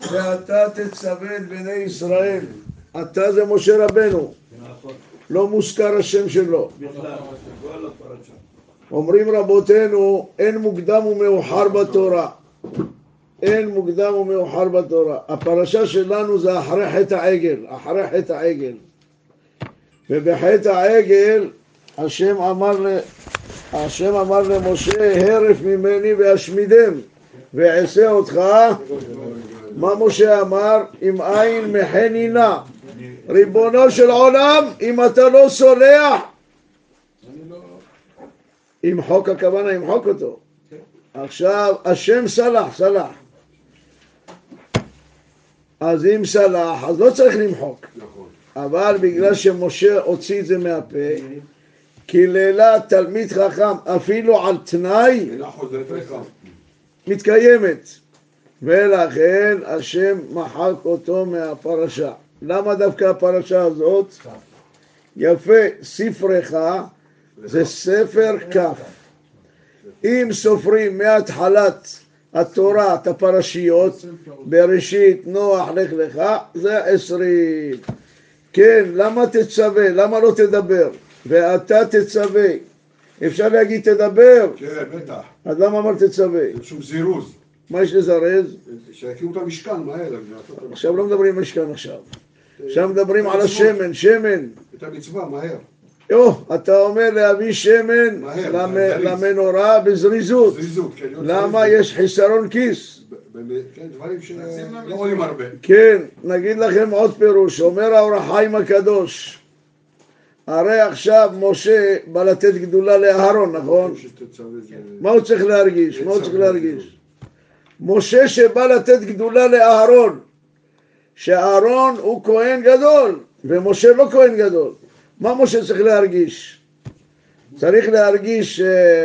ואתה תצווה את בני ישראל. אתה זה משה רבנו, לא מוזכר השם שלו. אומרים רבותינו, אין מוקדם ומאוחר בתורה. אין מוקדם ומאוחר בתורה. הפרשה שלנו זה אחרי חטא העגל, אחרי חטא העגל. ובחטא העגל השם אמר למשה, הרף ממני ואשמידם ואעשה אותך. מה משה אמר? עם עין מחני נא. ריבונו של עולם, אם אתה לא סולח, ימחוק, הכוונה ימחוק אותו. עכשיו השם סלח. אז אם סלח, אז לא צריך למחוק. אבל בגלל שמשה הוציא את זה מהפה, קללה תלמיד חכם אפילו על תנאי מתקיימת, ולכן השם מחק אותו מהפרשה. למה דווקא הפרשה הזאת? יפה, ספרך זה ספר כף. אם סופרים מהתחלת התורה, את הפרשיות, בראשית, נוח, לך לך, זה 20. כן, למה תצווה? למה לא תדבר? ואתה תצווה. אפשר להגיד תדבר? כן, בטח. אז למה אמר תצווה? זה שום זירוז. מה יש לזרז? שיקימו את המשכן, מהר. עכשיו לא מדברים משכן עכשיו. עכשיו מדברים על השמן, שמן. את המצווה, מהר. אתה אומר להביא שמן למנורה בזריזות. למה? יש חיסרון כיס. כן, דברים שלא עולים הרבה. כן, נגיד לכם עוד פירוש. אומר האור החיים הקדוש, הרי עכשיו משה בא לתת גדולה לאהרון, נכון? מה הוא צריך להרגיש? מה הוא צריך להרגיש? משה שבא לתת גדולה לאהרון, שאהרון הוא כהן גדול ומשה לא כהן גדול. מה משה צריך להרגיש? צריך להרגיש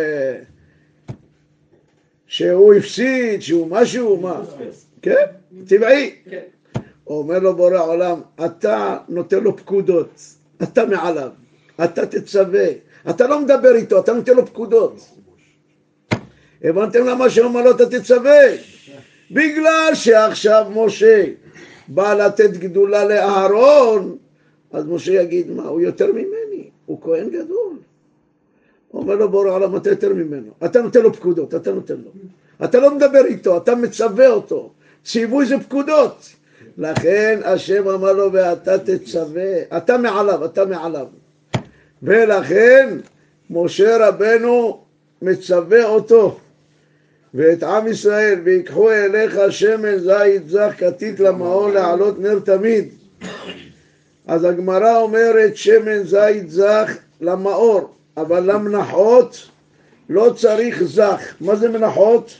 שהוא הפסיד, שהוא משהו, מה? כן? טבעי. אומר לו בורא עולם, אתה נותן לו פקודות, אתה מעליו, אתה תצווה, אתה לא מדבר איתו, אתה נותן לו פקודות. הבנתם למה שאומר לו אתה תצווה? בגלל שעכשיו משה בא לתת גדולה לאהרון, אז משה יגיד, מה, הוא יותר ממני, הוא כהן גדול. אומר לו בורא עולם, אתה יותר ממנו, אתה נותן לו פקודות, אתה נותן לו. אתה לא מדבר איתו, אתה מצווה אותו. ציווי זה פקודות. לכן השם אמר לו, ואתה תצווה, אתה מעליו, אתה מעליו. ולכן משה רבנו מצווה אותו ואת עם ישראל, ויקחו אליך שמן זית זך כתית למאור לעלות נר תמיד. אז הגמרא אומרת שמן זית זך למאור, אבל למנחות לא צריך זך. מה זה מנחות?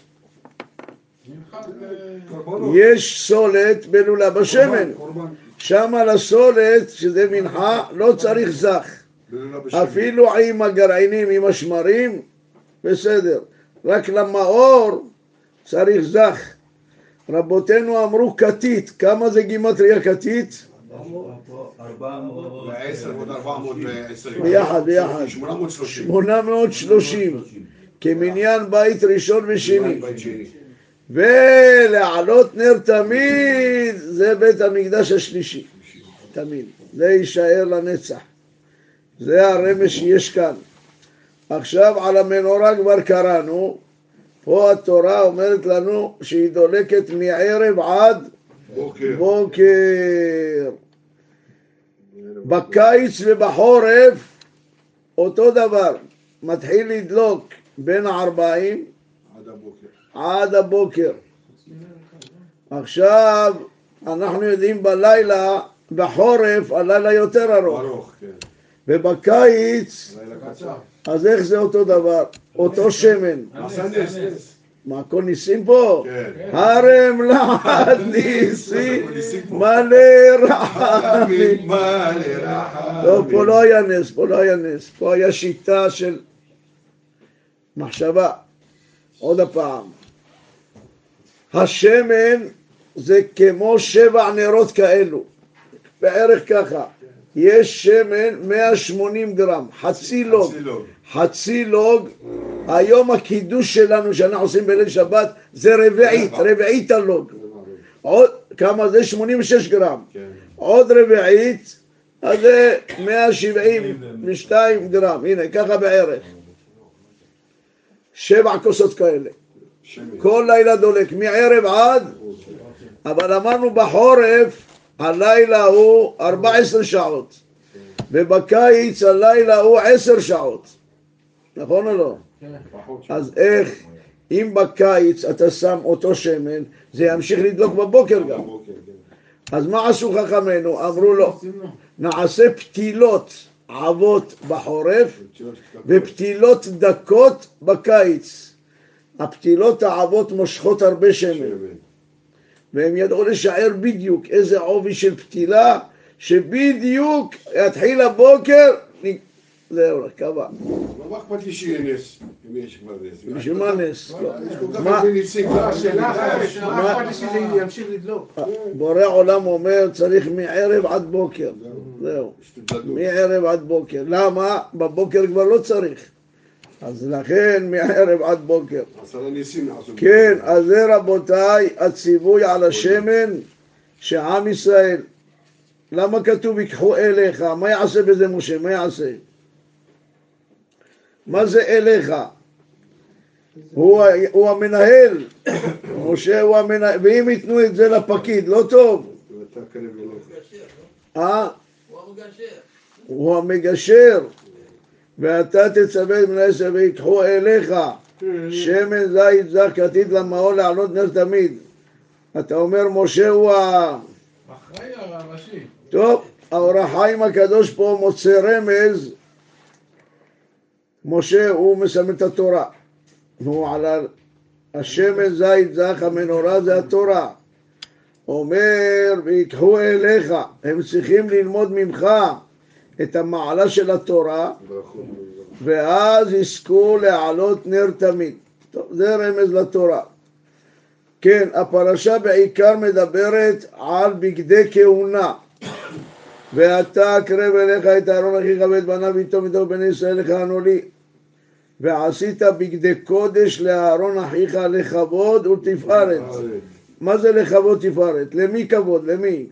יש סולת בלולה בשמן, שם על הסולת שזה מנחה לא צריך זך, אפילו עם הגרעינים, עם השמרים בסדר, רק למאור צריך זך. רבותינו אמרו כתית. כמה זה גימטריה כתית? 410 ביחד 830 כמניין בית ראשון ושני. ולעלות נר תמיד זה בית המקדש השלישי, תמיד זה יישאר לנצח. זה הרמז שיש כאן. עכשיו על המנורה כבר קראנו. פה התורה אומרת לנו שהיא דולקת מערב עד בוקר. בקיץ ובחורף אותו דבר, מתחיל לדלוק בין 40 עד הבוקר. עכשיו אנחנו יודעים בלילה, בחורף הלילה יותר ארוך, ובקיץ אז איך זה אותו דבר? אותו שמן. מה, הכל ניסים פה? הרם לעד ניסים מלא רחמים. לא, פה לא היה נס, פה לא היה נס. פה היה שיטה של מחשבה. עוד הפעם, השמן זה כמו 7 נרות כאלו, בערך ככה. יש שמן 180 גרם, חצי לוג. היום הקידוש שלנו שאנחנו עושים בליל שבת זה רבעית הלוג. כמה זה? 86 גרם. כן. עוד רביעית, אז זה 172 גרם. הנה, ככה בערך. 7 כוסות כאלה. כל לילה דולק, מערב עד, אבל אמרנו בחורף, הלילה הוא 14 שעות, ובקיץ הלילה הוא 10 שעות. נכון או לא? אז איך, אם בקיץ אתה שם אותו שמן, זה ימשיך לדלוק בבוקר גם. אז מה עשו חכמינו? אמרו לו, נעשה פתילות עבות בחורף ופתילות דקות בקיץ. הפתילות העבות מושכות הרבה שמן, והם ידעו לשער בדיוק איזה עובי של פתילה, שבדיוק יתחיל הבוקר, זהו, קבע. מה אכפת לי שיהיה נס, אם יש כבר נס? בשביל מה נס? יש כל כך הרבה ניסים. מה אכפת לי שזה ימשיך לדלוק? בורא עולם אומר, צריך מערב עד בוקר. זהו, מערב עד בוקר. למה? בבוקר כבר לא צריך. אז לכן מערב עד בוקר. כן, אז זה רבותיי הציווי על השמן שעם ישראל. למה כתוב יקחו אליך? מה יעשה בזה משה? מה יעשה? מה זה אליך? הוא המנהל. משה הוא המנהל. ואם ייתנו את זה לפקיד, לא טוב. הוא המגשר. ואתה תצווה את בני ישראל ויקחו אליך שמן זית זך כתית למאור לעלות נר תמיד. אתה אומר משה הוא אחראי הראשי. טוב, האור החיים הקדוש פה מוצא רמז. משה הוא מסמל את התורה. הוא על השמן זית זך, המנורה זה התורה. אומר ויקחו אליך, הם צריכים ללמוד ממך את המעלה של התורה, ואז יזכו להעלות נר תמיד. טוב, זה רמז לתורה. כן, הפרשה בעיקר מדברת על בגדי כהונה. ואתה קרב אליך את אהרון אחיך ואת בניו איתו מתוך בני ישראל לכהנו לי. ועשית בגדי קודש לאהרון אחיך לכבוד ולתפארת. מה זה לכבוד תפארת? למי כבוד? למי?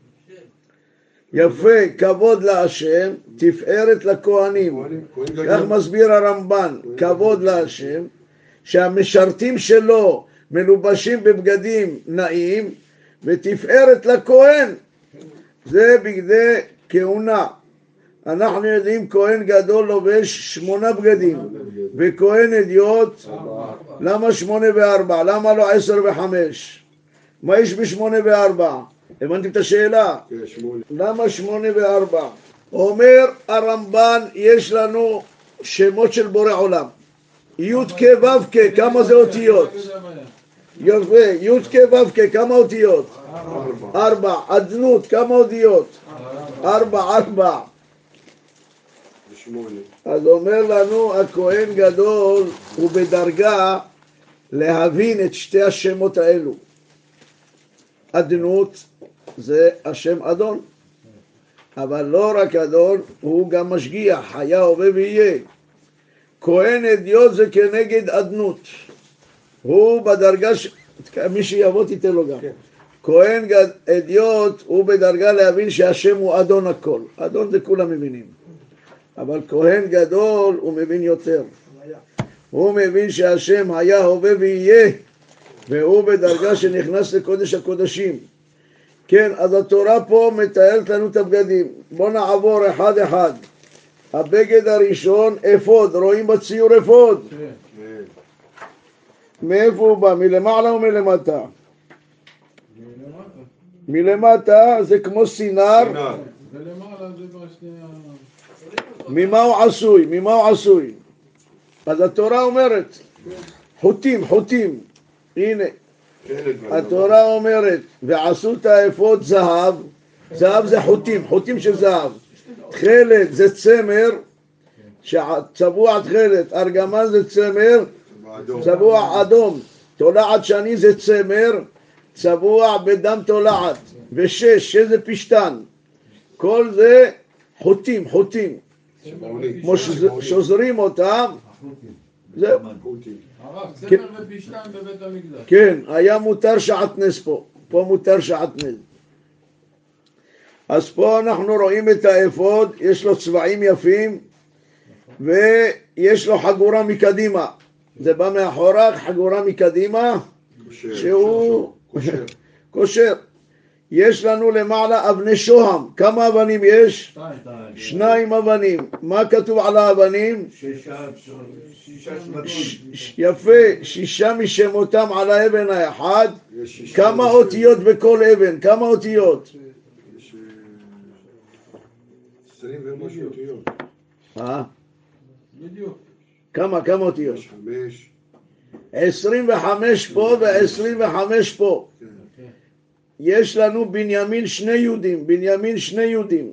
יפה, כבוד להשם, תפארת לכהנים. כך מסביר הרמב"ן, כבוד להשם, שהמשרתים שלו מלובשים בבגדים נעים, ותפארת לכהן, זה בגדי כהונה. אנחנו יודעים כהן גדול לובש 8 בגדים, וכהן אדיוט, למה 8 ו4? למה לא 10 ו5? מה יש ב8 ו4? הבנתם את השאלה? למה 8 ו4? אומר הרמב"ן, יש לנו שמות של בורא עולם. י' כ' ו' כ', כמה זה אותיות? יפה, י' כ' ו' כ', כמה אותיות? 4. אדנות, כמה אותיות? 4. אז אומר לנו, הכהן גדול הוא בדרגה להבין את שתי השמות האלו. אדנות זה השם אדון, אבל לא רק אדון, הוא גם משגיח, חיה הווה ויהיה. כהן אדיוט זה כנגד אדנות, הוא בדרגה, מי שיבוא תיתן לו גם. כהן אדיוט הוא בדרגה להבין שהשם הוא אדון הכל. אדון זה כולם מבינים, אבל כהן גדול הוא מבין יותר. הוא מבין שהשם היה הווה ויהיה, והוא בדרגה שנכנס לקודש הקודשים. כן, אז התורה פה מתארת לנו את הבגדים. בואו נעבור אחד אחד. הבגד הראשון, אפוד, רואים בציור אפוד? מאיפה הוא בא? מלמעלה או מלמטה? מלמטה זה כמו סינר. ולמעלה זה בשנייה. ממה הוא עשוי? ממה הוא עשוי? אז התורה אומרת, חוטים. הנה, התורה אומרת, ועשו את האפוד זהב. זהב זה חוטים של זהב. תכלת זה צמר, צבוע תכלת. ארגמן זה צמר, צבוע אדום. תולעת שני זה צמר, צבוע בדם תולעת. ושש זה פשטן. כל זה חוטים. שוזרים אותם. זהו. הרב, צמר ופשטן בבית המקדש. כן, היה מותר שעטנז פה. פה מותר שעטנז. אז פה אנחנו רואים את האפוד, יש לו צבעים יפים, ויש לו חגורה מקדימה. זה בא מאחורה, חגורה מקדימה, שהוא כושר. יש לנו למעלה אבני שוהם. כמה אבנים יש? 2 אבנים. מה כתוב על האבנים? 6. יפה, 6 משמותם על האבן האחד. כמה אותיות בכל אבן? כמה אותיות? 20 ומשהו אותיות. בדיוק. כמה אותיות? 5. 25 פה ו25 פה. יש לנו בנימין 2 יהודים, בנימין 2 יהודים.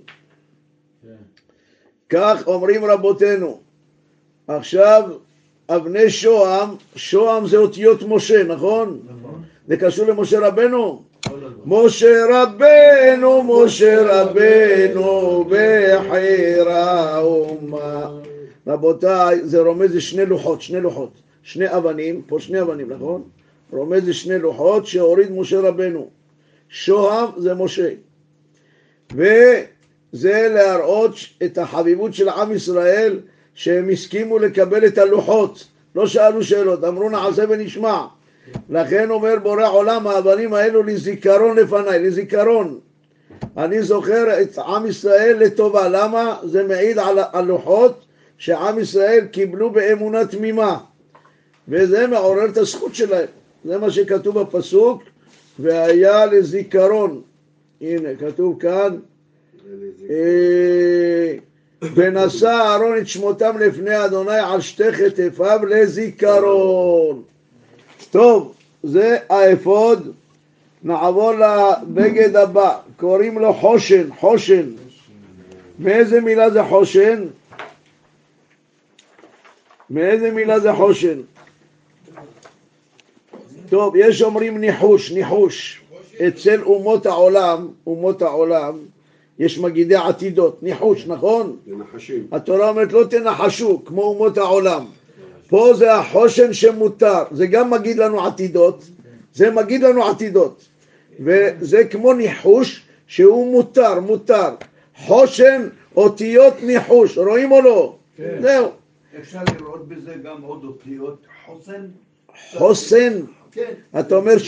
כך אומרים רבותינו. עכשיו, אבני שוהם, שוהם זה אותיות משה, נכון? זה קשור למשה רבנו? משה רבנו בחירה אומה. רבותיי, זה רומז זה 2 לוחות, 2 אבנים, פה 2 אבנים, נכון? רומז זה 2 לוחות שהוריד משה רבנו. שוהם זה משה, וזה להראות את החביבות של עם ישראל שהם הסכימו לקבל את הלוחות, לא שאלו שאלות, אמרו נעשה ונשמע. לכן אומר בורא עולם, האבנים האלו לזיכרון לפניי, לזיכרון. אני זוכר את עם ישראל לטובה. למה? זה מעיד על הלוחות שעם ישראל קיבלו באמונה תמימה, וזה מעורר את הזכות שלהם. זה מה שכתוב בפסוק, והיה לזיכרון. הנה כתוב כאן, ונשא אהרון את שמותם לפני אדוני על 2 כתפיו לזיכרון. טוב, זה האפוד. נעבור לבגד הבא, קוראים לו חושן. חושן, מאיזה מילה זה חושן? מאיזה מילה זה חושן? טוב, יש אומרים ניחוש, ניחוש. אצל אומות העולם, יש מגידי עתידות, ניחוש, נכון? לנחשים. התורה אומרת לא תנחשו, כמו אומות העולם. פה זה החושן שמותר, זה גם מגיד לנו עתידות, זה מגיד לנו עתידות. וזה כמו ניחוש שהוא מותר. חושן, אותיות ניחוש, רואים או לא? כן. זהו. אפשר לראות בזה גם עוד אותיות חוסן? חוסן. כן. אתה אומר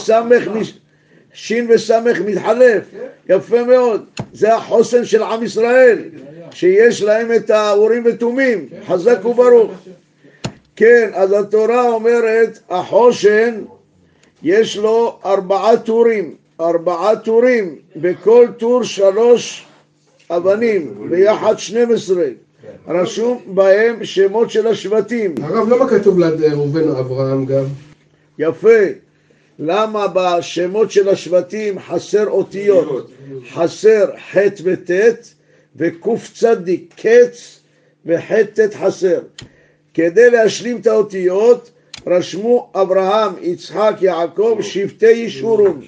שין וסמך מתחלף. יפה מאוד. זה החוסן של עם ישראל, שיש להם את האורים ותומים. חזק וברוך. כן, אז התורה אומרת, החושן יש לו 4 טורים. 4 טורים, בכל טור 3 אבנים, ביחד 12. רשום בהם שמות של השבטים. הרב, למה כתוב ליד ראובן אברהם גם? יפה. למה בשמות של השבטים חסר אותיות? חסר ח' וט' וקוף צדיק קץ וח' ט' חסר. כדי להשלים את האותיות רשמו אברהם, יצחק, יעקב, שבטי ישורון.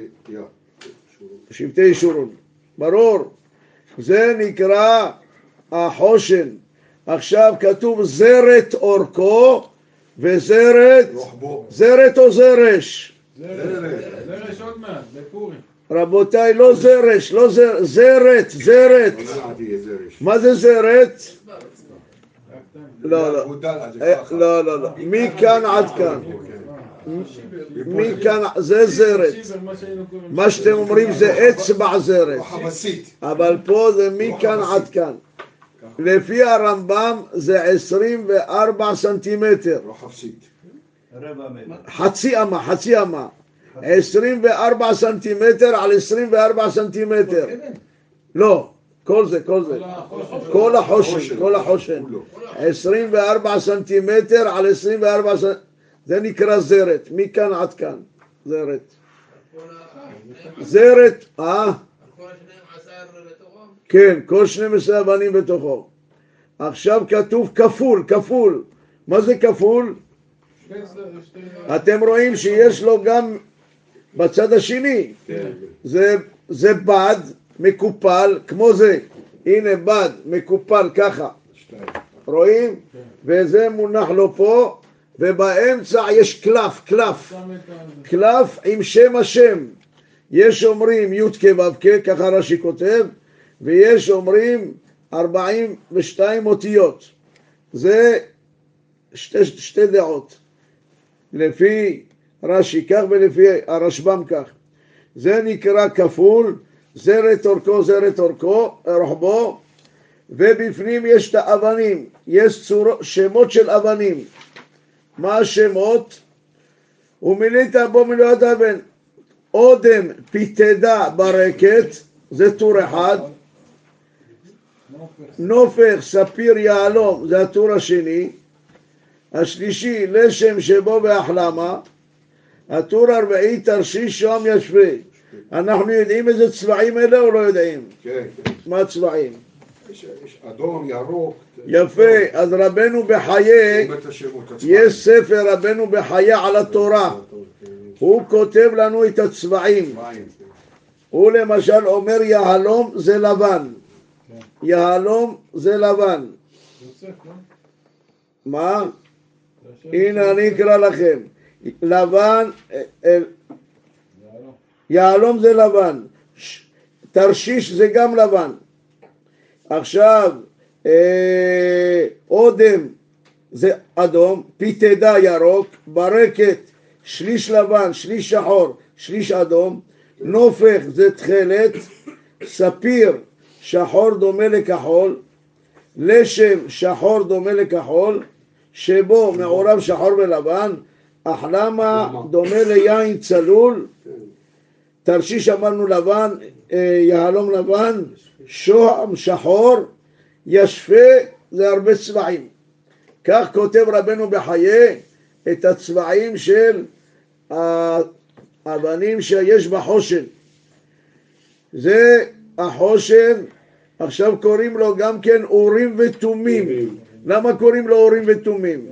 שבטי ישורון. ברור. זה נקרא החושן. עכשיו כתוב זרת אורכו וזרת, זרת או זרש? זרש עוד מעט, בפורים. רבותיי, לא זרש, לא זרת, זרת. מה זה זרת? לא. מכאן עד כאן. מכאן זה זרת. מה שאתם אומרים זה אצבע זרת. אבל פה זה מכאן עד כאן. לפי הרמב"ם זה 24 סנטימטר. חצי אמה. 24 סנטימטר על 24 סנטימטר. לא, כל זה. כל החושן. 24 סנטימטר על 24 סנטימטר. זה נקרא זרת, מכאן עד כאן. זרת, כן, כל 12 אבנים בתוכו. עכשיו כתוב כפול. מה זה כפול? אתם רואים שיש לו גם בצד השני. זה בד מקופל, כמו זה. הנה בד מקופל ככה. רואים? וזה מונח לו פה, ובאמצע יש קלף עם שם השם. יש אומרים י' כ' ו' כ', ככה רש"י כותב, ויש אומרים 42 אותיות. זה שתי דעות. לפי רש"י כך ולפי הרשב"ם כך. זה נקרא כפול, זרת אורכו, זרת רוחבו, ובפנים יש את האבנים, יש שמות של אבנים. מה השמות? ומילאת בו מילואת אבן, אודם פיתדה ברקת, זה טור אחד, נופך ספיר יהלום, זה הטור השני, השלישי לשם שבו בהחלמה, הטור הרביעי תרשיש שוהם ישפה. אנחנו יודעים איזה צבעים אלה או לא יודעים? כן, כן. מה הצבעים? יש אדום, ירוק. יפה, אז רבנו בחיי, יש ספר רבנו בחיי על התורה, הוא כותב לנו את הצבעים. הוא למשל אומר יהלום זה לבן, יהלום זה לבן. מה? הנה אני אקרא לכם. לבן, יהלום זה לבן, תרשיש זה גם לבן. עכשיו אודם זה אדום, פיתדה ירוק, ברקת שליש לבן, שליש שחור, שליש אדום, נופך זה תכלת, ספיר שחור דומה לכחול, לשם שחור דומה לכחול, שבו מעורב שחור ולבן, החלמה דומה ליין צלול, תרשיש אמרנו לבן, יהלום לבן, שוהם שחור, ישפה זה הרבה צבעים. כך כותב רבנו בחיי את הצבעים של האבנים שיש בחושן. זה החושן, עכשיו קוראים לו גם כן אורים ותומים. למה קוראים לו אורים ותומים?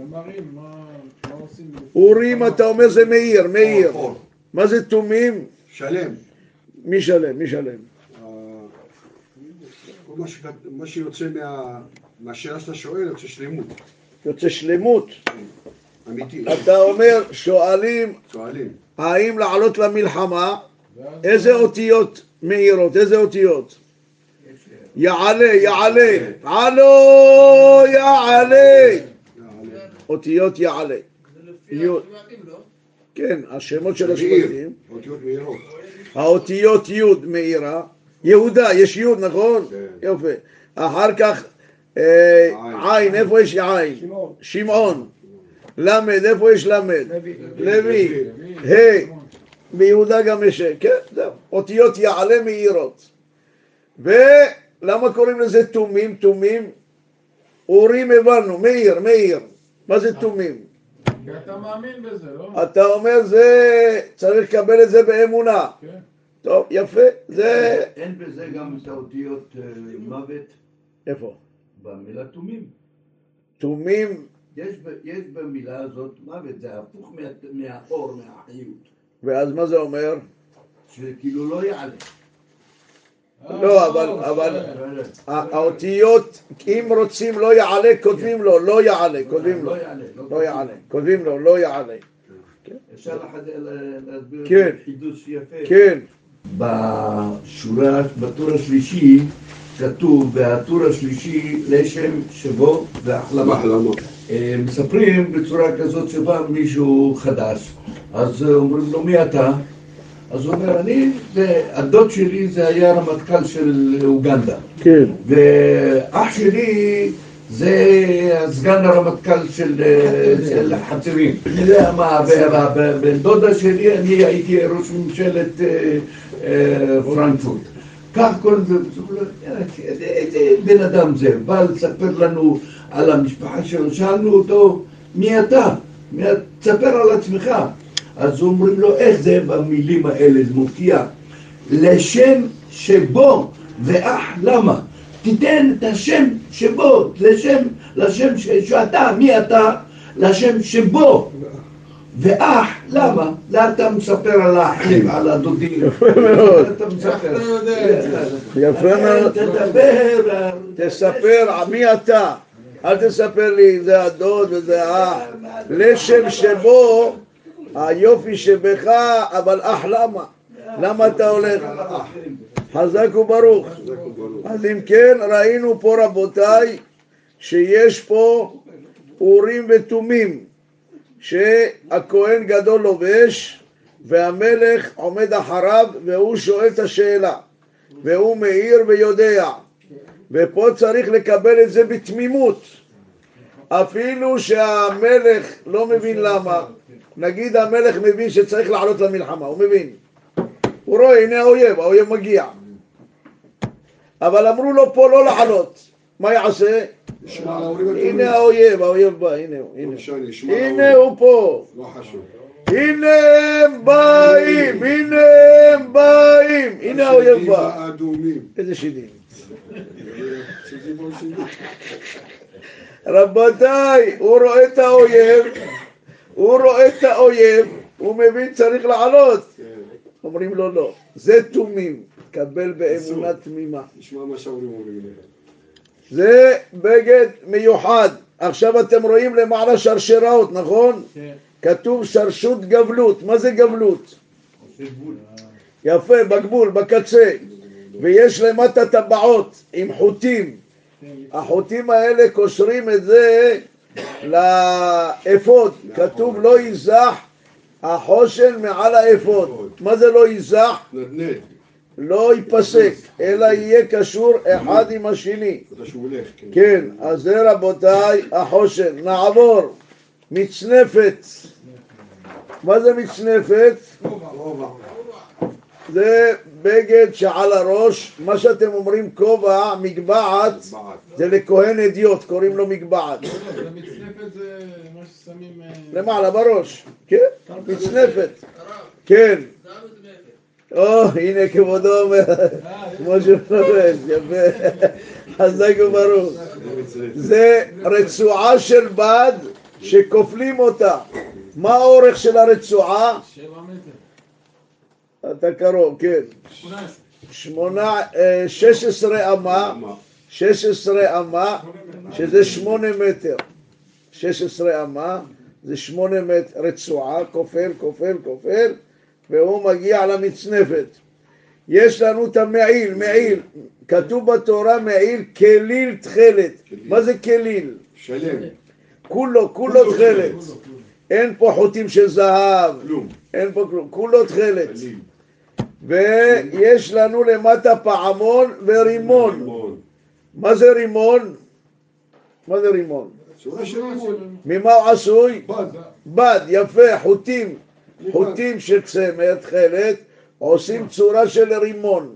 אורים אתה אומר זה מאיר, מאיר. מה זה תומים? שלם. מי שלם? מי שלם? מה שיוצא מהשאלה שאתה שואל, יוצא שלמות. יוצא שלמות. אמיתי. אתה אומר, שואלים, שואלים. האם לעלות למלחמה, איזה אותיות מאירות, איזה אותיות? יעלה, יעלה, עלו, יעלה. אותיות יעלה. כן, השמות של השבטים. אותיות מאירות. האותיות י' מאירה. יהודה, יש י' נכון? יופי. אחר כך עין, איפה יש עין? שמעון. למד, איפה יש למד? לוי. ה' ביהודה גם יש, כן, זהו. אותיות יעלה מאירות. ולמה קוראים לזה תומים? תומים? אורים הבנו, מאיר, מאיר. מה זה תומים? כי אתה מאמין בזה, לא? אתה אומר זה, צריך לקבל את זה באמונה. כן. טוב, יפה, זה... אין בזה גם את האותיות מוות איפה? במילה תומים. תומים, יש במילה הזאת מוות, זה הפוך מהאור, מהחיות. ואז מה זה אומר? שכאילו לא יעלה. לא, אבל האותיות, אם רוצים לא יעלה, כותבים לו, לא יעלה, כותבים לו. לא יעלה, כותבים לו, לא יעלה. אפשר להסביר כן. חידוש יפה. כן. בשורה, בטור השלישי, כתוב בטור השלישי לשם שבו והחלמה. מספרים בצורה כזאת שבא מישהו חדש, אז אומרים לו מי אתה? אז הוא אומר, הדוד שלי זה היה רמטכ"ל של אוגנדה. כן. ואח שלי זה סגן הרמטכ"ל של חצרים. אני יודע מה, בדודה שלי אני הייתי ראש ממשלת פרנקפורט. כך כל זה, איזה בן אדם זה, בא לספר לנו על המשפחה שלו, שאלנו אותו, מי אתה? תספר על עצמך. אז אומרים לו, איך זה במילים האלה, זה מופיע, לשם שבו ואח למה. תיתן את השם שבו, לשם שאתה, מי אתה, לשם שבו ואח למה. לא אתה מספר על האחים, על הדודים. יפה מאוד. אתה מספר. יפה מאוד. תדבר. תספר מי אתה. אל תספר לי, זה הדוד וזה האח. לשם שבו, היופי שבך, אבל אח למה. למה אתה הולך? חזק וברוך. אז אם כן, ראינו פה רבותיי, שיש פה אורים ותומים, שהכהן גדול לובש, והמלך עומד אחריו, והוא שואל את השאלה, והוא מאיר ויודע. ופה צריך לקבל את זה בתמימות, אפילו שהמלך לא מבין למה. נגיד המלך מבין שצריך לעלות למלחמה, הוא מבין, הוא רואה, הנה האויב מגיע, אבל אמרו לו פה לא לעלות, מה יעשה? הנה האויב בא, הנה הוא פה, הנה הם באים, הנה האויב בא. איזה שידים. רבותיי, הוא רואה את האויב, הוא מבין צריך לעלות. אומרים לו לא, זה תומים, קבל באמונה תמימה. זה בגד מיוחד. עכשיו אתם רואים למעלה שרשראות, נכון? כתוב שרשות גבלות. מה זה גבלות? יפה, בגבול, בקצה. ויש למטה טבעות עם חוטים. החוטים האלה קושרים את זה לאפוד. כתוב לא יזח החושן מעל האפוד. מה זה לא יזח? לא ייפסק, אלא יהיה קשור אחד עם השני. כן, אז זה רבותיי החושן. נעבור, מצנפת. מה זה מצנפת? זה בגד שעל הראש, מה שאתם אומרים כובע, מגבעת, זה לכהן אדיוט, קוראים לו מגבעת. מצנפת זה מה ששמים למעלה בראש, כן, מצנפת, כן. הנה כבודו אומר, כמו שהוא לובש, יפה, חזק וברוך. זה רצועה של בד שכופלים אותה. מה האורך של הרצועה? 7 מטר. אתה קרוב, כן. 16 אמה, 16 אמה, שזה 8 מטר. 16 אמה, זה 8 מטר רצועה, כופל, והוא מגיע למצנפת. יש לנו את המעיל, כתוב בתורה מעיל כליל תכלת. מה זה כליל? שלם. כולו תכלת. אין פה חוטים של זהב, אין פה כלום, כולו תכלת. ויש לנו למטה פעמון ורימון. מה זה רימון? ממה הוא עשוי? בד, יפה, חוטים של צמר, תכלת, עושים צורה של רימון.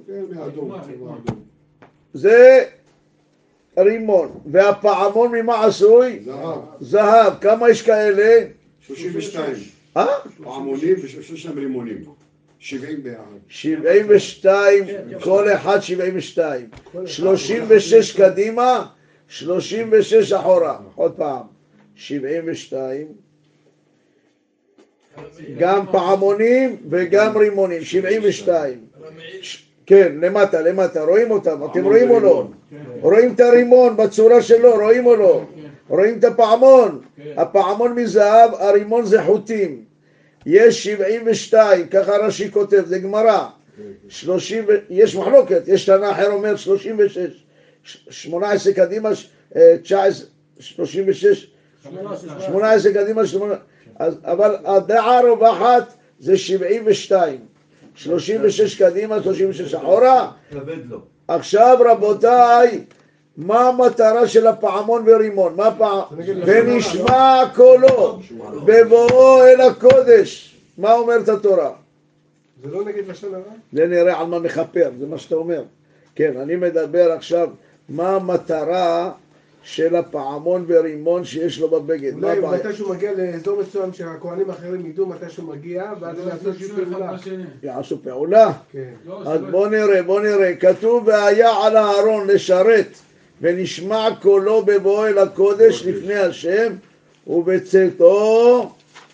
זה רימון. והפעמון ממה עשוי? זהב. כמה יש כאלה? 32. פעמונים ו3 רימונים. 70 ביחד. 72, כל אחד 72. 36 קדימה, 36 אחורה. עוד פעם. 72. גם פעמונים וגם רימונים. 72. כן, למטה. רואים אותם? אתם רואים או לא? רואים את הרימון בצורה שלו, רואים או לא? רואים את הפעמון? הפעמון מזהב, הרימון זה חוטים. יש 72, ככה רש"י כותב, זה גמרא. יש מחלוקת, יש תנא אחר אומר 36, 18 קדימה, 19, 36, 18 קדימה, 18, אבל הדעה הרווחת זה 72, 36 קדימה, 36 אחורה. עכשיו רבותיי, מה המטרה של הפעמון ורימון? ונשמע קולו בבואו אל הקודש. מה אומרת התורה? זה לא נגיד לשון הרע? זה נראה על מה מחפר, זה מה שאתה אומר. כן, אני מדבר עכשיו מה המטרה של הפעמון ורימון שיש לו בבגד. אולי מתי שהוא מגיע לאזור מסוים שהכהנים האחרים ידעו מתי שהוא מגיע, ואז יעשו פעולה. אז בוא נראה. כתוב והיה על הארון לשרת ונשמע קולו בבואו אל הקודש לפני השם ובצאתו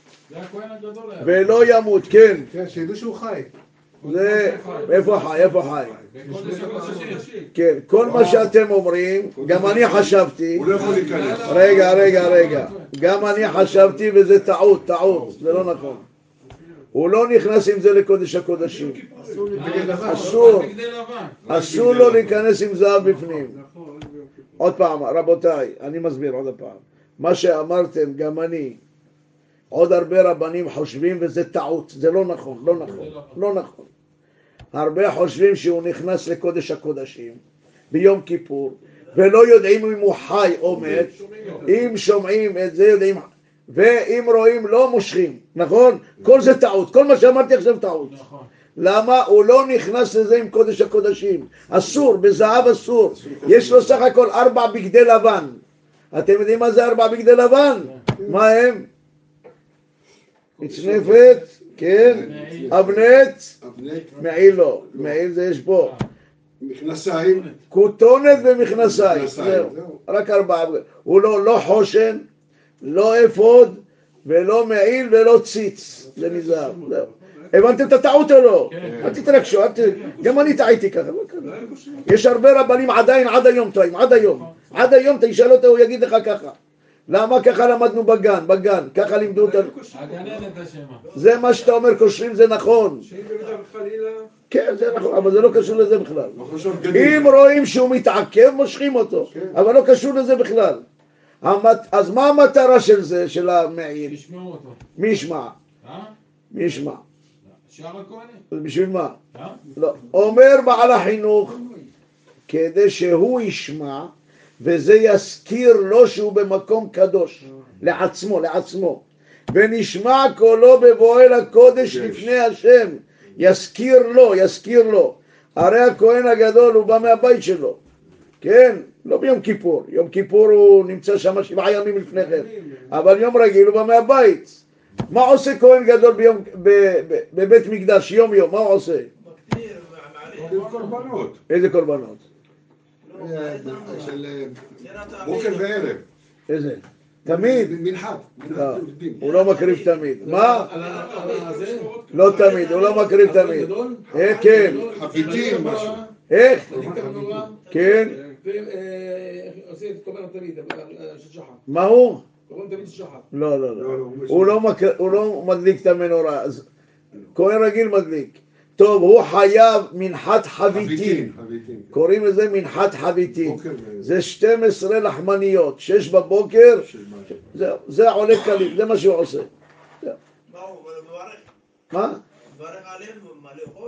ולא ימות. כן. כן, שידעו שהוא חי. זה, איפה חי? כן, כל מה שאתם אומרים, גם אני חשבתי, רגע, גם אני חשבתי וזה טעות, זה לא נכון. הוא לא נכנס עם זה לקודש הקודשים. אסור לבגד לבן. אסור. בגדי לבן. אסור לו להיכנס עם זהב בפנים. עוד פעם, רבותיי, אני מסביר עוד פעם. מה שאמרתם, גם אני, עוד הרבה רבנים חושבים, וזה טעות, זה לא נכון, לא נכון, לא נכון. הרבה חושבים שהוא נכנס לקודש הקודשים ביום כיפור, ולא יודעים אם הוא חי או מת. אם שומעים את זה, יודעים, ואם רואים לא מושכים, נכון? כל זה טעות, כל מה שאמרתי עכשיו טעות. למה? הוא לא נכנס לזה עם קודש הקודשים. אסור, בזהב אסור. יש לו סך הכל 4 בגדי לבן. אתם יודעים מה זה 4 בגדי לבן? מה הם? מצנפת, כן, אבנט, מעיל לא, מעיל זה יש פה. מכנסיים. כותונת ומכנסיים, זהו, רק 4. הוא לא חושן, לא אפוד, ולא מעיל ולא ציץ, זה מזהב, זהו. הבנתם את הטעות או לא? אל תתרגשו, גם אני טעיתי ככה. יש הרבה רבנים עדיין עד היום טועים, עד היום תשאל אותו, הוא יגיד לך ככה. למה ככה למדנו בגן, ככה לימדו אותנו. הגננת אשמה. זה מה שאתה אומר, קושרים, זה נכון. כן, זה נכון, אבל זה לא קשור לזה בכלל. אם רואים שהוא מתעכב, מושכים אותו, אבל לא קשור לזה בכלל. אז מה המטרה של זה, של המעיל? תשמעו אותו. מי ישמע? מי ישמע? שאר הכהנים. אז בשביל מה? לא. אומר בעל החינוך, כדי שהוא ישמע, וזה יזכיר לו שהוא במקום קדוש, לעצמו. ונשמע קולו בבועל הקודש לפני השם, יזכיר לו. הרי הכהן הגדול הוא בא מהבית שלו, כן? לא ביום כיפור. יום כיפור הוא נמצא שם 7 ימים לפני כן, אבל יום רגיל הוא בא מהבית. מה עושה כהן גדול בבית מקדש יום? מה הוא עושה? קורבנות. איזה קורבנות? של בוקר וערב. איזה? תמיד? מנחת. הוא לא מקריב תמיד. מה? לא תמיד, הוא לא מקריב תמיד. כן. חביתים משהו. איך? כן. עושה את קורבן תמיד, של שחר. מה הוא? קורבן תמיד של שחר. לא. הוא לא מדליק את המנורה. כהן רגיל מדליק. טוב, הוא חייב מנחת חביתין. קוראים לזה מנחת חביתין. זה 12 לחמניות, 6 בבוקר. זה עולה קליל, זה מה שהוא עושה. מה הוא מברך? מה? מברך עליהם מה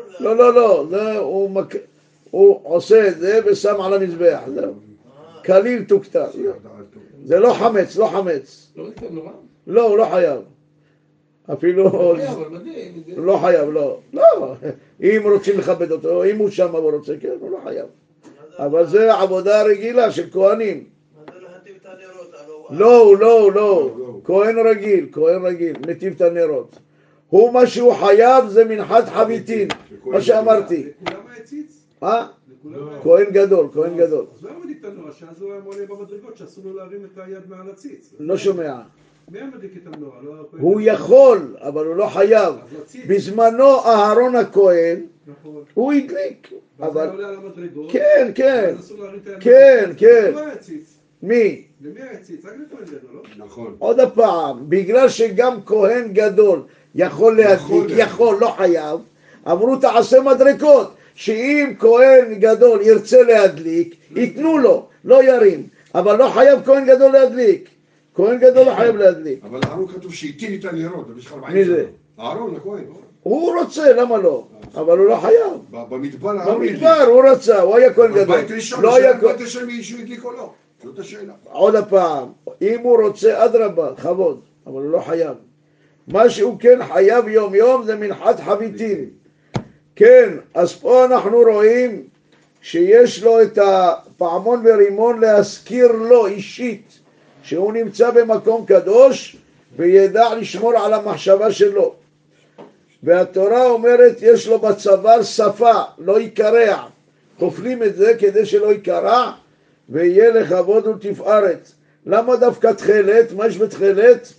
לאכול? לא, הוא עושה את זה ושם על המזבח, זהו. קליל תוקטר. זה לא חמץ. לא נקטב נורא? לא, הוא לא חייב. אפילו... לא חייב, לא. אם רוצים לכבד אותו, אם הוא שם הוא רוצה, כן, הוא לא חייב. אבל זה עבודה רגילה של כהנים. מה זה להטיב את הנרות? לא. כהן רגיל, מטיב את הנרות. הוא מה שהוא חייב זה מנחת חביתין, מה שאמרתי. לכולם הציץ? מה? כהן גדול. אז למה מדליק את הנורה? שאז הוא היה מונה במדרגות שאסור לו להרים את היד מעל הציץ. לא שומע. מי מדליק את הנורה? הוא יכול, אבל הוא לא חייב. בזמנו אהרון הכהן, הוא הדליק. ואז הוא עולה על המדרגות. כן. אסור להרים את היד. כן. לא היה ציץ. מי? למי היה ציץ? רק לכהן גדול, לא? נכון. עוד פעם, בגלל שגם כהן גדול יכול להדליק, לא חייב, אמרו תעשה מדרגות, שאם כהן גדול ירצה להדליק, ייתנו לו, לא ירים, אבל לא חייב כהן גדול להדליק. כהן גדול לא חייב להדליק. אבל אהרון כתוב שהטיל את הנרות. מי זה? אהרון, הכהן. הוא רוצה, למה לא? אבל הוא לא חייב. במדבר הוא רצה, הוא היה כהן גדול. בית ראשון, בית ראשון מישהו הדליק או לא? זאת השאלה. עוד פעם, אם הוא רוצה אדרבה, כבוד, אבל הוא לא חייב. מה שהוא כן חייב יום זה מנחת חביתין. כן, אז פה אנחנו רואים שיש לו את הפעמון ורימון להזכיר לו אישית שהוא נמצא במקום קדוש וידע לשמור על המחשבה שלו. והתורה אומרת יש לו בצוואר שפה, לא יקרע. תופלים את זה כדי שלא יקרע ויהיה לכבוד ולתפארת. למה דווקא תכלת? מה יש בתכלת?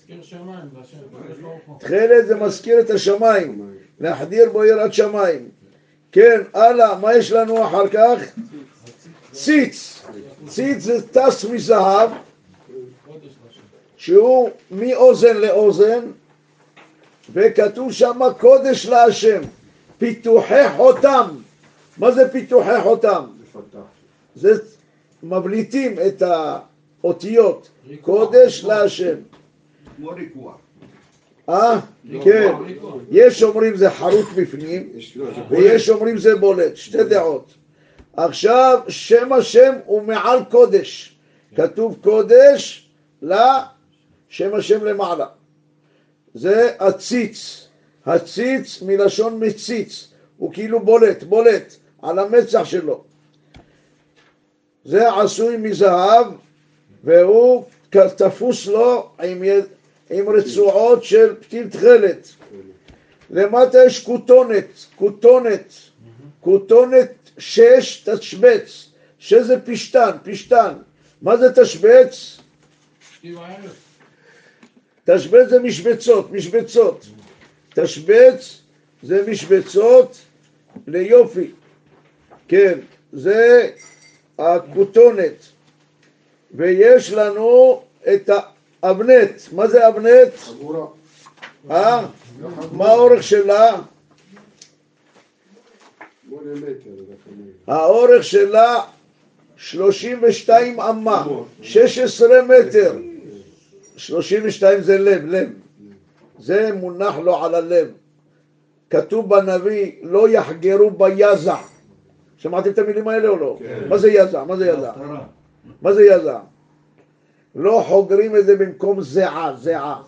תכלת זה מזכיר את השמיים, להחדיר בו יראת שמיים. כן, הלאה, מה יש לנו אחר כך? ציץ. ציץ זה טס מזהב, שהוא מאוזן לאוזן, וכתוב שם קודש להשם, פיתוחי חותם. מה זה פיתוחי חותם? זה מבליטים את האותיות, קודש להשם. כמו ריקוח. כן, יש אומרים זה חרוט בפנים ויש אומרים זה בולט, שתי דעות. עכשיו שם השם הוא מעל קודש, כתוב קודש לשם השם למעלה, זה הציץ, הציץ מלשון מציץ, הוא כאילו בולט על המצח שלו, זה עשוי מזהב והוא תפוס לו עם רצועות של פתיל תכלת. למטה יש כותונת 6 תשבץ, שזה פשטן. מה זה תשבץ? תשבץ זה משבצות. תשבץ זה משבצות ליופי. כן, זה הכותונת. ויש לנו את אבנט. מה זה אבנט? מה האורך שלה? האורך שלה 32 אמה, 16 מטר. 32 זה לב. זה מונח לו על הלב. כתוב בנביא, לא יחגרו ביזע. שמעתם את המילים האלה או לא? מה זה יזע? מה זה יזע? לא חוגרים את זה במקום זעה.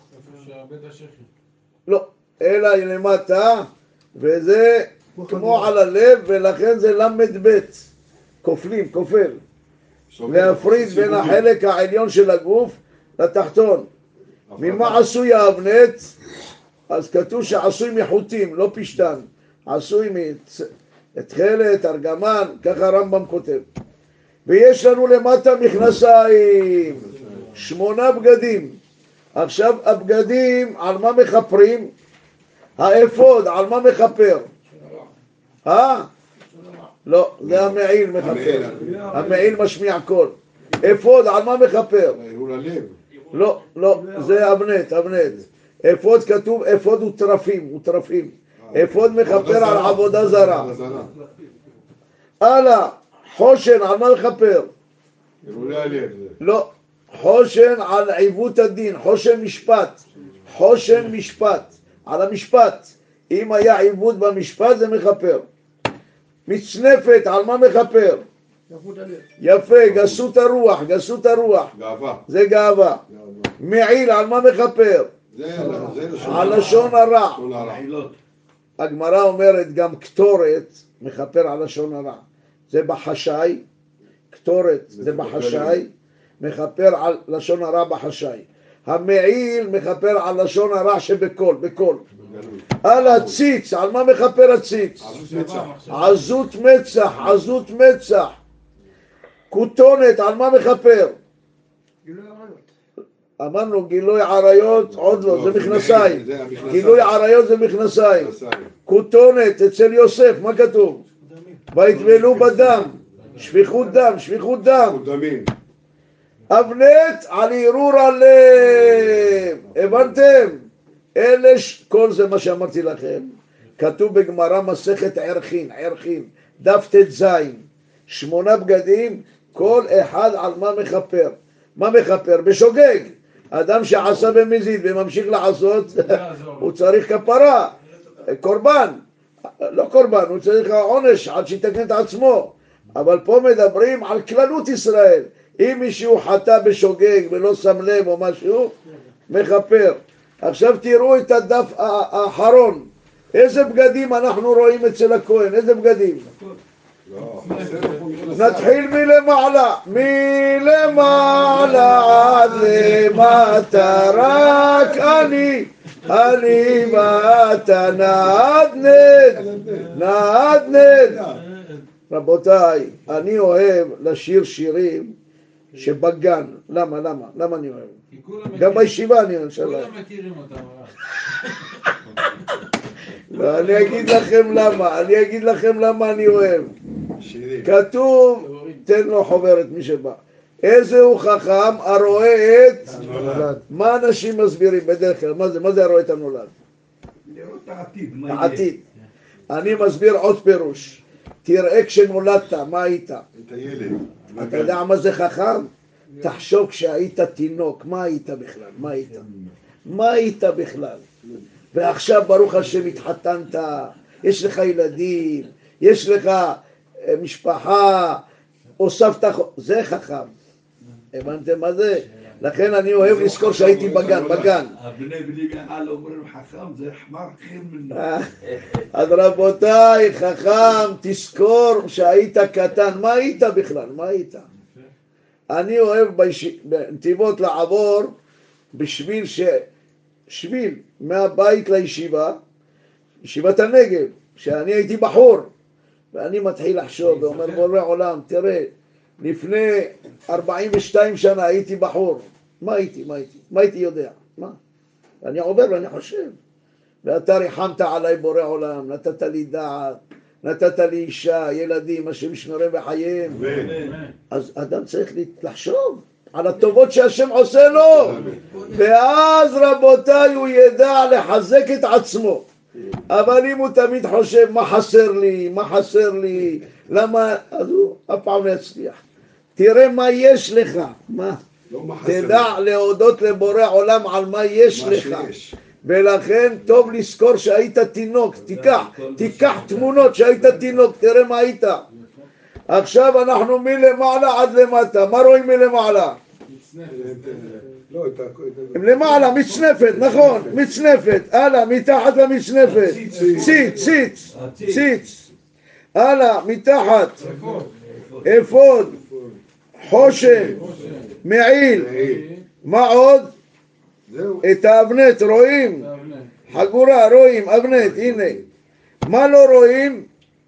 לא, אלא למטה, וזה כמו על הלב, ולכן זה למד בית. כופל. להפריד בין החלק העליון של הגוף לתחתון. ממה עשוי האבנט? אז כתוב שעשוי מחוטים, לא פשטן. עשוי מתכלת, ארגמן, ככה הרמב"ם כותב. ויש לנו למטה מכנסיים, 8 בגדים. עכשיו הבגדים, על מה מחפרים? האפוד, על מה מחפר? לא, זה המעיל מחפר. המעיל משמיע קול. אפוד, על מה מחפר? לא, זה אבנט. אפוד כתוב, אפוד הוא טרפים. אפוד מחפר על עבודה זרה. הלאה, חושן, על מה מחפר? לא, חושן על עיוות הדין, חושן משפט, על המשפט. אם היה עיוות במשפט זה מחפר. מצנפת, על מה מחפר? יפה, גסות הרוח. זה גאווה. מעיל, על מה מחפר? על לשון הרע. הגמרא אומרת גם קטורת מחפר על לשון הרע. זה בחשאי, קטורת זה בחשאי, מחפר על לשון הרע בחשאי. המעיל מחפר על לשון הרע שבקול. על הציץ, על מה מחפר הציץ? עזות מצח. כותונת, על מה מחפר? אמרנו גילוי עריות, עוד לא, זה מכנסיים. גילוי עריות זה מכנסיים. כותונת, אצל יוסף, מה כתוב? ויטבלו בדם, שפיכות דם. אבנט על ערעור הלב. הבנתם? כל זה מה שאמרתי לכם. כתוב בגמרא מסכת ערכין, דף ט"ז. 8 בגדים, כל אחד על מה מחפר. מה מחפר? בשוגג. אדם שעשה במזיד וממשיך לעשות, הוא צריך כפרה, קורבן. לא קורבן, הוא צריך עונש עד שיתקן את עצמו. אבל פה מדברים על כללות ישראל. אם מישהו חטא בשוגג ולא שם לב או משהו, מחפר. עכשיו תראו את הדף האחרון. איזה בגדים אנחנו רואים אצל הכהן? איזה בגדים? נתחיל מלמעלה עד למטה, רק אני ואתה נעדנד. רבותיי, אני אוהב לשיר שירים שבגן. למה אני אוהב? גם בישיבה אני אוהב שלהם. כולם מכירים אותם. לא, אני אגיד לכם למה אני אוהב. כתוב, תן לו חוברת מי שבא. איזה הוא חכם הרואה את... מה אנשים מסבירים בדרך כלל? מה זה הרואה את הנולד? לראות את העתיד, מה יהיה. העתיד. אני מסביר עוד פירוש. תראה כשנולדת, מה היית? את הילד. אתה יודע מה זה חכם? תחשוב כשהיית תינוק, מה היית בכלל? מה היית? מה היית בכלל? ועכשיו ברוך השם התחתנת, יש לך ילדים, יש לך משפחה, הוספת, זה חכם. הבנתם מה זה? לכן אני אוהב לזכור שהייתי בגן. הבני בני מעל אומרים חכם, זה חמר חיר ממנו. אז רבותיי, חכם, תזכור שהיית קטן, מה היית בכלל? מה היית? אני אוהב בנתיבות לעבור שביל מהבית לישיבה, ישיבת הנגב, שאני הייתי בחור, ואני מתחיל לחשוב ואומר בורא עולם, תראה, לפני 42 שנה הייתי בחור, מה הייתי יודע? מה? אני עובר ואני חושב, ואתה ריחמת עליי בורא עולם, נתת לי דעת, נתת לי אישה, ילדים, השם ישמרם בחייהם. אז אדם צריך לחשוב על הטובות שהשם עושה לו, ואז רבותיי הוא ידע לחזק את עצמו. אבל אם הוא תמיד חושב מה חסר לי, למה, אז הוא אף פעם לא יצליח. תראה מה יש לך, מה? תדע להודות לבורא עולם על מה יש לך. ולכן טוב לזכור שהיית תינוק, תיקח תמונות שהיית תינוק, תראה מה היית. עכשיו אנחנו מלמעלה עד למטה, מה רואים מלמעלה? למעלה, מצנפת, נכון, מצנפת, הלאה, מתחת למצנפת, ציץ, הלאה, מתחת, אפוד, חושן, מעיל, מה עוד? את האבנט, רואים? חגורה, רואים, אבנט, הנה. מה לא רואים?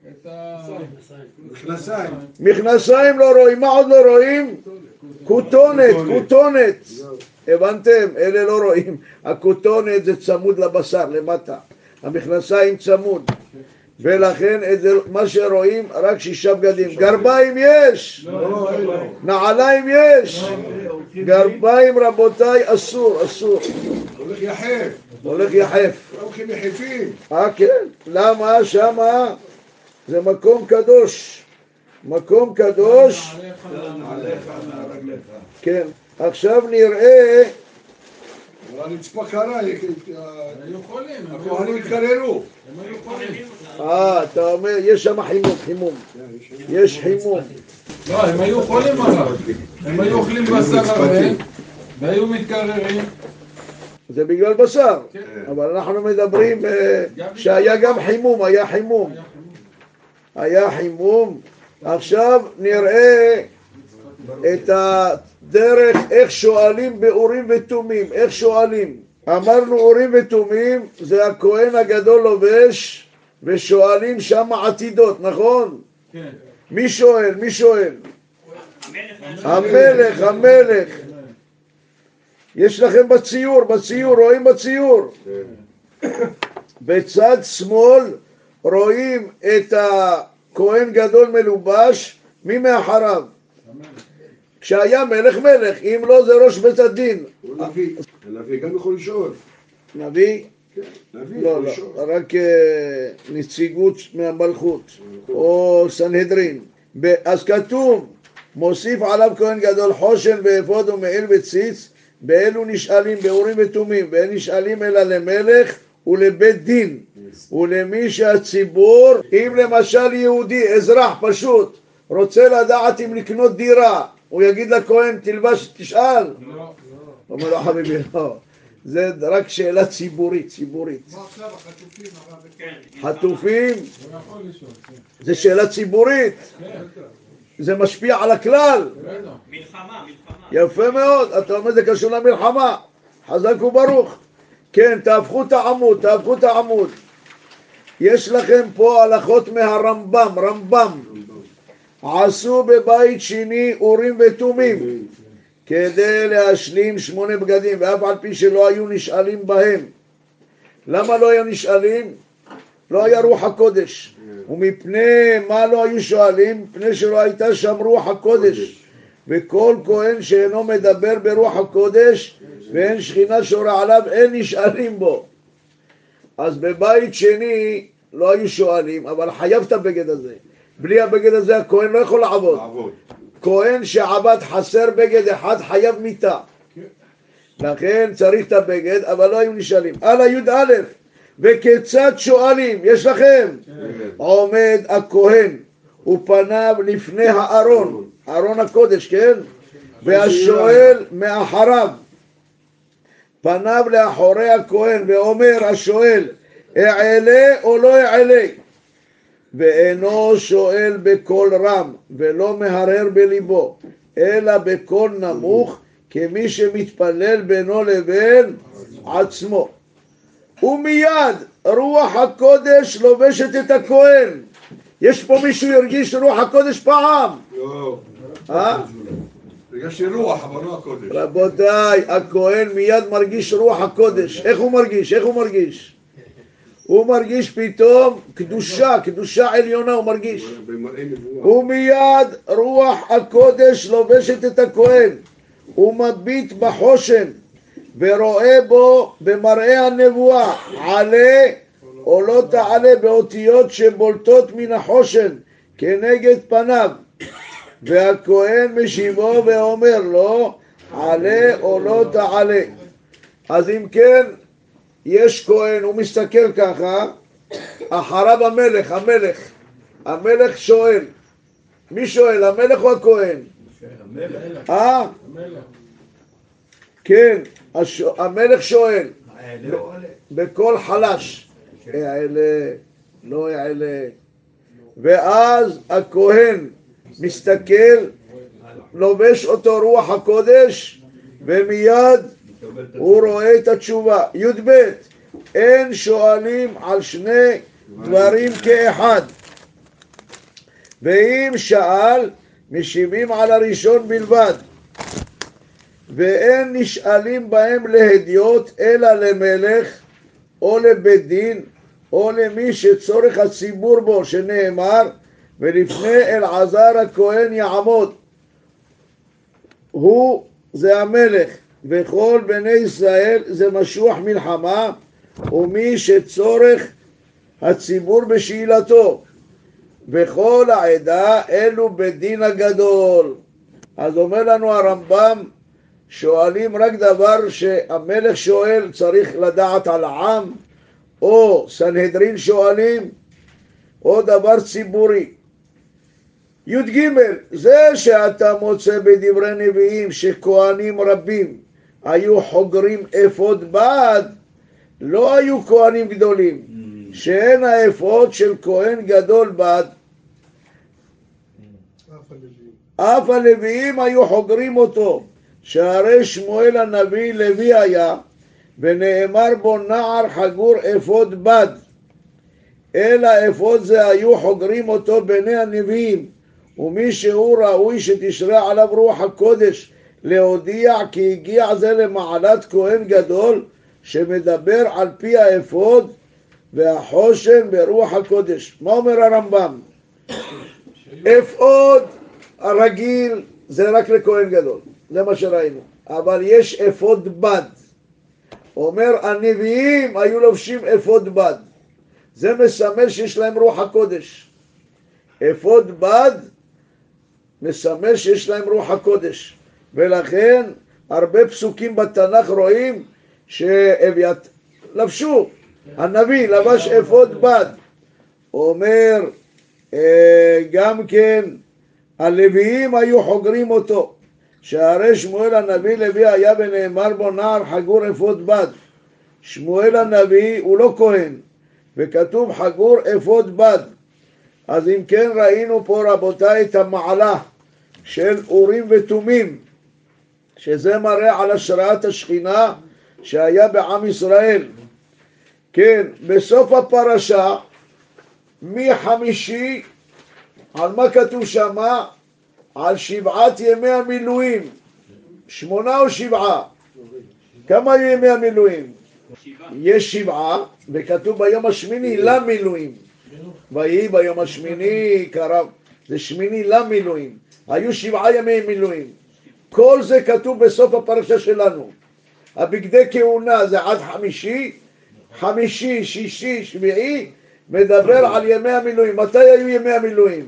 מכנסיים לא רואים, מה עוד לא רואים? כותונת. הבנתם? אלה לא רואים. הכותונת זה צמוד לבשר, למטה. המכנסיים צמוד. ולכן מה שרואים רק 6 בגדים. גרביים יש, נעליים יש, גרביים רבותיי אסור. הולך יחף. הולכים יחפים. כן, למה? שמה זה מקום קדוש. כן, עכשיו נראה. אני מצפה קרה, הכהנים התקררו. אתה אומר, יש שם חימום. יש חימום. לא, הם היו חולים הרב. הם היו אוכלים בשר הרבה והיו מתקררים. זה בגלל בשר. אבל אנחנו מדברים שהיה גם חימום, היה חימום. עכשיו נראה את הדרך איך שואלים באורים ותומים. איך שואלים? אמרנו אורים ותומים זה הכהן הגדול לובש ושואלים שם עתידות, נכון? כן. מי שואל? המלך. יש לכם בציור, רואים בציור? בצד שמאל רואים את הכהן גדול מלובש, מי מאחריו? כשהיה מלך, אם לא זה ראש בית הדין. נביא גם יכול לשאול. נביא? לא, רק נציגות מהמלכות או סנהדרין. אז כתוב, מוסיף עליו כהן גדול חושן ואפוד ומעיל וציץ, באלו נשאלים באורים ותומים, ואין נשאלים אלא למלך ולבית דין ולמי שהציבור. אם למשל יהודי, אזרח פשוט, רוצה לדעת אם לקנות דירה, הוא יגיד לכהן תלבש, תשאל? לא. אומר לו חביבי, לא. זה רק שאלה ציבורית. מה עכשיו החטופים הרב? חטופים? זה שאלה ציבורית. זה משפיע על הכלל. מלחמה. יפה מאוד, אתה אומר זה קשור למלחמה. חזק וברוך. כן, תהפכו את העמוד. יש לכם פה הלכות מהרמב"ם. עשו בבית שני אורים ותומים כדי להשלים 8 בגדים, ואף על פי שלא היו נשאלים בהם. למה לא היו נשאלים? לא היה רוח הקודש. ומפני מה לא היו שואלים? מפני שלא הייתה שם רוח הקודש. וכל כהן שאינו מדבר ברוח הקודש ואין שכינה שורה עליו, אין נשאלים בו. אז בבית שני לא היו שואלים, אבל חייב את הבגד הזה. בלי הבגד הזה הכהן לא יכול לעבוד. כהן שעבד חסר בגד אחד חייב מיתה. לכן צריך את הבגד, אבל לא היו נשאלים. על י"א, וכיצד שואלים? יש לכם? עומד הכהן ופניו לפני הארון, ארון הקודש, כן? והשואל מאחריו, פניו לאחורי הכהן, ואומר השואל, אעלה או לא אעלה? ואינו שואל בקול רם ולא מהרהר בליבו, אלא בקול נמוך, כמי שמתפלל בינו לבין עצמו. ומיד רוח הקודש לובשת את הכהן. יש פה מישהו ירגיש רוח הקודש פעם? לא. הרגשתי רוח, אבל לא הקודש. רבותיי, הכהן מיד מרגיש רוח הקודש. איך הוא מרגיש? איך הוא מרגיש? הוא מרגיש פתאום קדושה, קדושה עליונה הוא מרגיש. ומיד רוח הקודש לובשת את הכהן. הוא מביט בחושן ורואה בו במראה הנבואה, עלה או לא תעלה, באותיות שבולטות מן החושן כנגד פניו. והכהן משיבו ואומר לו, עלה או לא תעלה. אז אם כן, יש כהן, הוא מסתכל ככה, אחריו המלך שואל. מי שואל, המלך או הכהן? כן, המלך שואל בקול חלש, יעלה, לא יעלה. ואז הכהן מסתכל, לובש אותו רוח הקודש, ומיד הוא רואה את התשובה. י"ב, אין שואלים על שני דברים כאחד, ואם שאל משיבים על הראשון בלבד, ואין נשאלים בהם להדיוט אלא למלך או לבית דין או למי שצורך הציבור בו, שנאמר, ולפני אלעזר הכהן יעמוד. הוא זה המלך, וכל בני ישראל זה משוח מלחמה, ומי שצורך הציבור בשאלתו, וכל העדה אלו בדין הגדול. אז אומר לנו הרמב"ם, שואלים רק דבר שהמלך שואל, צריך לדעת על העם, או סנהדרין שואלים, או דבר ציבורי. י"ג, זה שאתה מוצא בדברי נביאים שכהנים רבים היו חוגרים אפוד בד, לא היו כהנים גדולים, שאין האפוד של כהן גדול בד. אף הלוויים היו חוגרים אותו, שהרי שמואל הנביא לוי היה, ונאמר בו נער חגור אפוד בד. אלא אפוד זה היו חוגרים אותו בני הנביאים, ומי שהוא ראוי שתשרה עליו רוח הקודש, להודיע כי הגיע זה למעלת כהן גדול, שמדבר על פי האפוד והחושן ברוח הקודש. מה אומר הרמב"ם? אפוד הרגיל זה רק לכהן גדול, זה מה שראינו, אבל יש אפוד בד. אומר הנביאים היו לובשים אפוד בד, זה מסמל שיש להם רוח הקודש. אפוד בד מסמל שיש להם רוח הקודש, ולכן הרבה פסוקים בתנ"ך רואים לבשו, הנביא לבש אפוד בד. אומר גם כן הלוויים היו חוגרים אותו, שהרי שמואל הנביא לוי היה, ונאמר בו נער חגור אפוד בד. שמואל הנביא הוא לא כהן, וכתוב חגור אפוד בד. אז אם כן ראינו פה רבותיי את המעלה של אורים ותומים, שזה מראה על השראת השכינה שהיה בעם ישראל. כן, בסוף הפרשה מחמישי, על מה כתוב שמה? על 7 ימי המילואים. 8 או 7? כמה ימי המילואים? יש 7, וכתוב ביום השמיני למילואים. ויהי ביום השמיני קרב, זה שמיני למילואים. היו 7 ימי מילואים. כל זה כתוב בסוף הפרשה שלנו. הבגדי כהונה זה עד חמישי, חמישי, שישי, שביעי, מדבר על ימי המילואים. מתי היו ימי המילואים?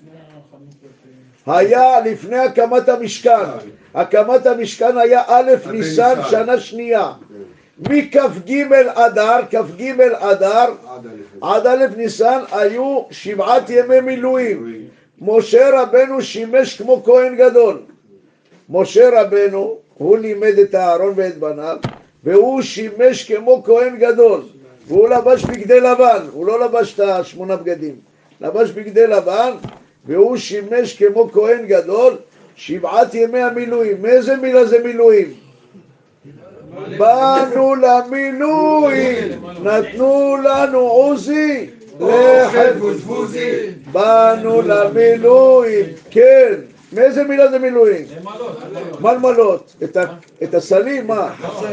היה לפני הקמת המשכן. הקמת המשכן היה א' ניסן שנה שנייה. מכ"ג אדר, כ"ג אדר עד א' ניסן היו 7 ימי מילואים. משה רבנו שימש כמו כהן גדול. משה רבנו, הוא לימד את אהרון ואת בניו, והוא שימש כמו כהן גדול. והוא לבש בגדי לבן, הוא לא לבש את 8 בגדים. לבש בגדי לבן, והוא שימש כמו כהן גדול 7 ימי המילואים. מאיזה מילה זה מילואים? באנו למילואים, נתנו לנו עוזי לחם וזבוזי. באנו למילואים, כן. מאיזה מילה זה מילואים? מלמלות. את הסלים, מה?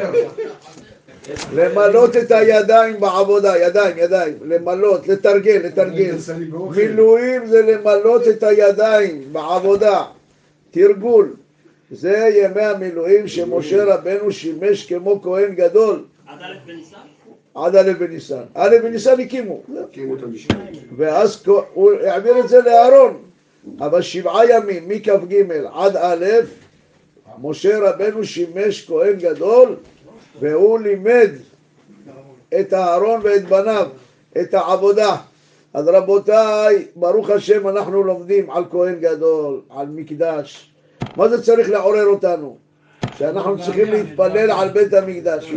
למלות את הידיים בעבודה, ידיים, למלות, לתרגל. מילואים זה למלות את הידיים בעבודה, תרגול. זה ימי המילואים שמשה רבנו שימש כמו כהן גדול. עד א' בניסן? עד א' בניסן. א' בניסן הקימו הקימו את המשכן. ואז הוא העביר את זה לאהרון. אבל 7 ימים, מכ"ג עד א', משה רבנו שימש כהן גדול, והוא לימד את אהרון ואת בניו את העבודה. אז רבותיי, ברוך השם אנחנו לומדים על כהן גדול, על מקדש. מה זה צריך לעורר אותנו? שאנחנו צריכים להתפלל על בית המקדש.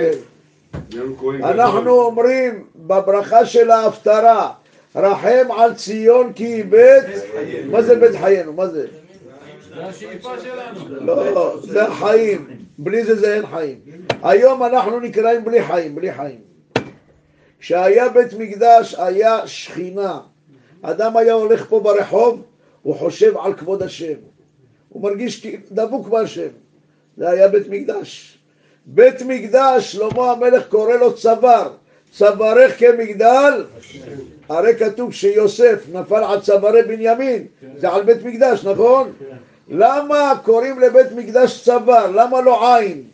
אנחנו אומרים בברכה של ההפטרה, רחם על ציון כי היא בית, מה זה בית חיינו? מה זה? זה השאיפה שלנו. לא, זה החיים, בלי זה אין חיים. היום אנחנו נקראים בלי חיים. כשהיה בית מקדש היה שכינה. אדם היה הולך פה ברחוב, הוא חושב על כבוד השם, הוא מרגיש דבוק בהשם. זה היה בית מקדש. בית מקדש, שלמה המלך קורא לו צוואר, צווארך כמגדל. הרי כתוב שיוסף נפל על צווארי בנימין, זה על בית מקדש, נכון? למה קוראים לבית מקדש צוואר? למה לא עין?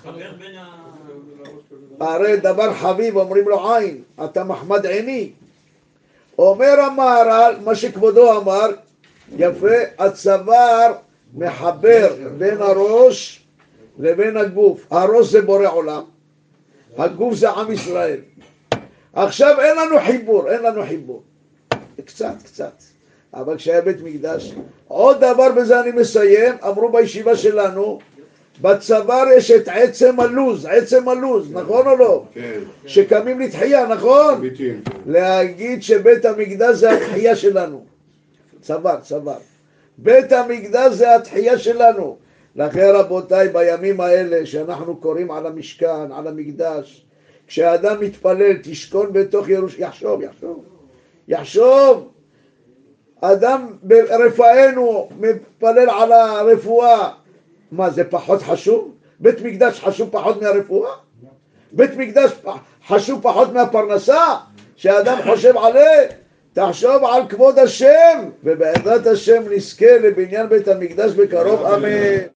הרי דבר חביב אומרים לו עין, אתה מחמד עיני. אומר המהר"ל, מה שכבודו אמר, יפה, הצוואר מחבר בין הראש לבין הגוף. הראש זה בורא עולם, הגוף זה עם ישראל. עכשיו אין לנו חיבור, קצת. אבל כשהיה בית מקדש, עוד דבר בזה אני מסיים, אמרו בישיבה שלנו, בצוואר יש את עצם הלוז, נכון או לא? כן. שקמים לתחייה, נכון? ביטים. להגיד שבית המקדש זה התחייה שלנו. צוואר. בית המקדש זה התחייה שלנו. לכן רבותיי, בימים האלה שאנחנו קוראים על המשכן, על המקדש, כשאדם מתפלל, תשכון בתוך ירושלים, יחשוב, אדם ברפאנו מתפלל על הרפואה, מה זה פחות חשוב? בית מקדש חשוב פחות מהרפואה? בית מקדש חשוב פחות מהפרנסה? שאדם חושב עליה? תחשוב על כבוד השם, ובעזרת השם נזכה לבניין בית המקדש בקרוב, אמן.